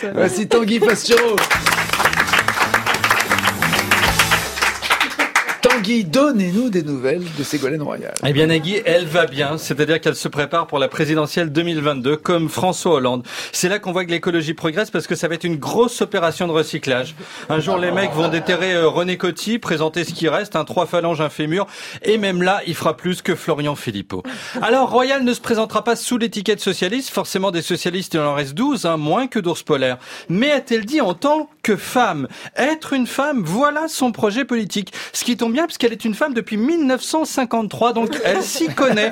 Voici Tanguy Pastureau. Tanguy, donnez-nous des nouvelles de Ségolène Royal. Eh bien Nagui, elle va bien, c'est-à-dire qu'elle se prépare pour la présidentielle 2022 comme François Hollande. C'est là qu'on voit que l'écologie progresse parce que ça va être une grosse opération de recyclage. Un jour les mecs vont déterrer René Coty, présenter ce qui reste, 3 phalanges, un fémur, et même là, il fera plus que Florian Philippot. Alors Royal ne se présentera pas sous l'étiquette socialiste, forcément des socialistes il en reste 12, moins que d'ours polaires. Mais a-t-elle dit en tant que femme? Être une femme, voilà son projet politique. Ce qui tombe bien parce qu'elle est une femme depuis 1953, donc elle s'y connaît.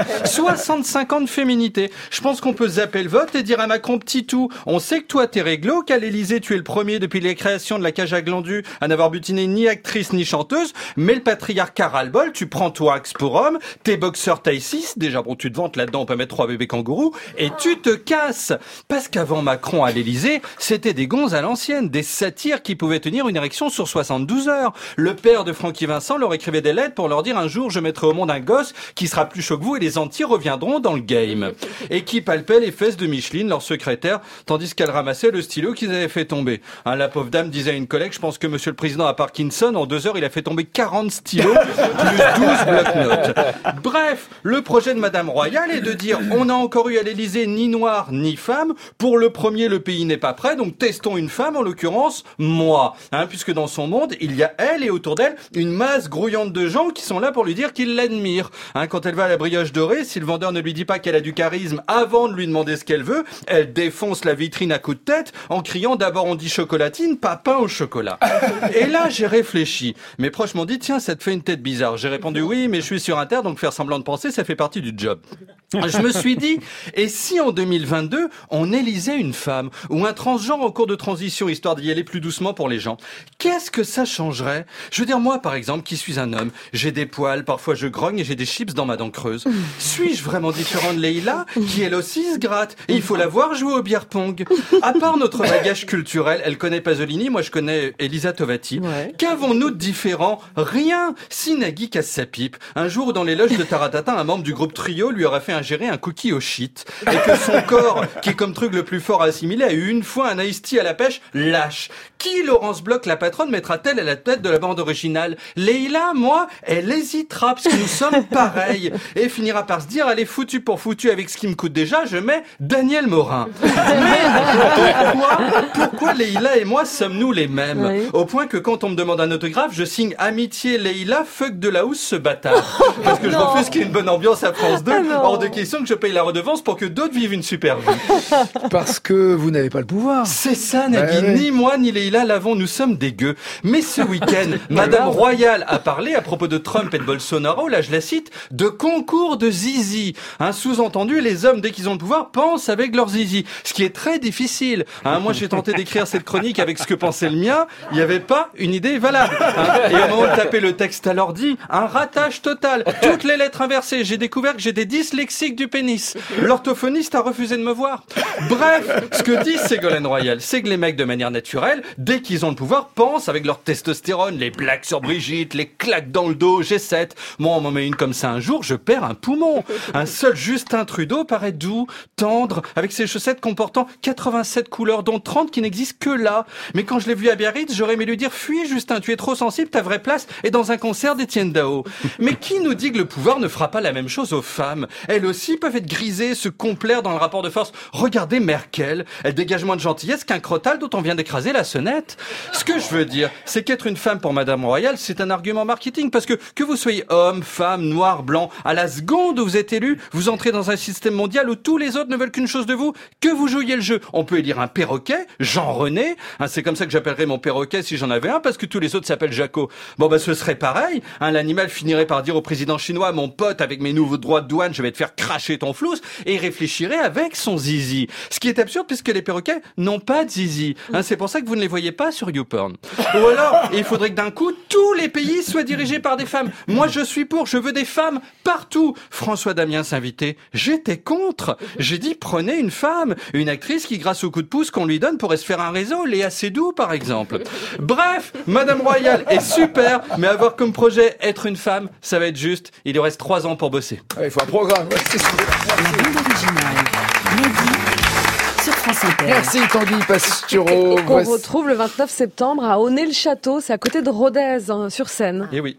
65 ans de féminité. Je pense qu'on peut zapper le vote et dire à Macron, petit tout, on sait que toi t'es réglo, qu'à l'Élysée tu es le premier depuis les créations de la cage à glandus à n'avoir butiné ni actrice ni chanteuse, mais le patriarcat ras-le-bol, tu prends toi axe pour homme, t'es boxeur taille 6, déjà bon tu te vantes là-dedans, on peut mettre 3 bébés kangourous, et tu te casses. Parce qu'avant Macron à l'Élysée, c'était des gonzes à l'ancienne, des satyres qui pouvaient tenir une érection sur 72 heures. Le père de Francky Vincent leur écrivait des lettres pour leur dire un jour je mettrai au monde un gosse qui sera plus chaud que vous et les anti reviendront dans le game. Et qui palpait les fesses de Micheline, leur secrétaire, tandis qu'elle ramassait le stylo qu'ils avaient fait tomber. La pauvre dame disait à une collègue, je pense que monsieur le président a Parkinson, en 2 heures il a fait tomber 40 stylos, plus 12 bloc-notes. Bref, le projet de Madame Royal est de dire on n'a encore eu à l'Élysée ni noir ni femme. Pour le premier, le pays n'est pas prêt, donc testons une femme, en l'occurrence moi. Puisque dans son monde, il y a elle et autour d'elle une masse grouillante de gens qui sont là pour lui dire qu'ils l'admirent. Quand elle va à la brioche dorée, si le vendeur ne lui dit pas qu'elle a du charisme avant de lui demander ce qu'elle veut, elle défonce la vitrine à coups de tête en criant d'abord on dit chocolatine, pas pain au chocolat. Et là, j'ai réfléchi. Mes proches m'ont dit tiens, ça te fait une tête bizarre. J'ai répondu oui, mais je suis sur Inter, donc faire semblant de penser, ça fait partie du job. Je me suis dit, et si en 2022, on élisait une femme ou un transgenre en cours de transition, histoire d'y aller plus doucement pour les gens? Qu'est-ce que ça changerait? Je veux dire, moi, par exemple, qui suis un homme, j'ai des poils, parfois je grogne et j'ai des chips dans ma dent creuse. Suis-je vraiment différent de Leïla, qui elle aussi se gratte? Et il faut la voir jouer au beer pong. À part notre bagage culturel, elle connaît Pasolini, moi je connais Elisa Tovati. Ouais. Qu'avons-nous de différent? Rien. Si Nagui casse sa pipe, un jour dans les loges de Taratata, un membre du groupe Trio lui aurait fait ingérer un cookie au shit, et que son corps, qui est comme truc le plus fort à assimiler, a eu une fois un iced tea à la pêche, lâche. Qui, Laurence Bloch, la patronne, mettra-t-elle à la tête de la bande originale? Leïla, moi, elle hésitera, parce que nous sommes pareils, et finira par se dire, allez, foutu pour foutu avec ce qui me coûte déjà, je mets Daniel Morin. Mais pourquoi Leïla et moi sommes-nous les mêmes? Oui. Au point que quand on me demande un autographe, je signe amitié Leïla, fuck de la housse ce bâtard. Parce que je refuse qu'il y ait une bonne ambiance à France 2, hors de question que je paye la redevance pour que d'autres vivent une super vie. Parce que vous n'avez pas le pouvoir. C'est ça, Nagui. Ouais. Ni moi, ni Leïla l'avons, nous sommes des gueux. Mais ce week-end, Madame Royal a parlé à propos de Trump et de Bolsonaro, là je la cite, de concours de zizi. Un sous-entendu, les hommes, dès qu'ils ont le pouvoir, pensent avec leur zizi. Ce qui est très difficile. Moi j'ai tenté d'écrire cette chronique avec ce que pensait le mien, il n'y avait pas une idée valable. Et au moment de taper le texte à l'ordi, un ratage total. Toutes les lettres inversées. J'ai découvert que j'étais dyslexique du pénis. L'orthophoniste a refusé de me voir. Bref, ce que dit Ségolène Royal, c'est que les mecs, de manière naturelle, dès qu'ils ont le pouvoir, pensent avec leur testostérone, les blagues sur Brigitte, les claques dans le dos, G7. Moi, on m'en met une comme ça un jour, je perds un poumon. Un seul Justin Trudeau paraît doux, tendre, avec ses chaussettes comportant 87 couleurs, dont 30 qui n'existent que là. Mais quand je l'ai vu à Biarritz, j'aurais aimé lui dire, fuis Justin, tu es trop sensible, ta vraie place est dans un concert d'Étienne Dao. Mais qui nous dit que le pouvoir ne fera pas la même chose aux femmes? Elles aussi peuvent être grisées, se complaire dans le rapport de force. Regardez Merkel, elle dégage moins de gentillesse qu'un crottal dont on vient d'écraser la sonnette. Ce que je veux dire, c'est qu'être une femme pour Madame Royal, c'est un argument marketing, parce que vous soyez homme, femme, noir, blanc, à la seconde où vous êtes élu, vous entrez dans un système mondial où tous les autres ne veulent qu'une chose de vous, que vous jouiez le jeu. On peut élire un perroquet, Jean René, c'est comme ça que j'appellerais mon perroquet si j'en avais un, parce que tous les autres s'appellent Jaco. Ce serait pareil, l'animal finirait par dire au président chinois, mon pote, avec mes nouveaux droits de douane, je vais te faire cracher ton flous, et il réfléchirait avec son zizi. Ce qui est absurde, puisque les perroquets n'ont pas de zizi. C'est pour ça que vous ne les voyez pas sur YouPorn. Ou alors, il faudrait que d'un coup, tous les pays soient dirigés par des femmes. Moi, je suis pour, je veux des femmes partout. François Damiens s'invitait, j'étais contre. J'ai dit, prenez une femme, une actrice qui, grâce au coup de pouce qu'on lui donne, pourrait se faire un réseau, Léa Seydoux, par exemple. Bref, Madame Royal est super, mais avoir comme projet être une femme, ça va être juste. Il lui reste 3 ans pour bosser. Il faut un programme. La bande originale. Mehdi. sur France Inter. Merci Tanguy Pastureau. Et qu'on retrouve le 29 septembre à Aunay-le-Château, c'est à côté de Rodez, sur Seine. Et oui.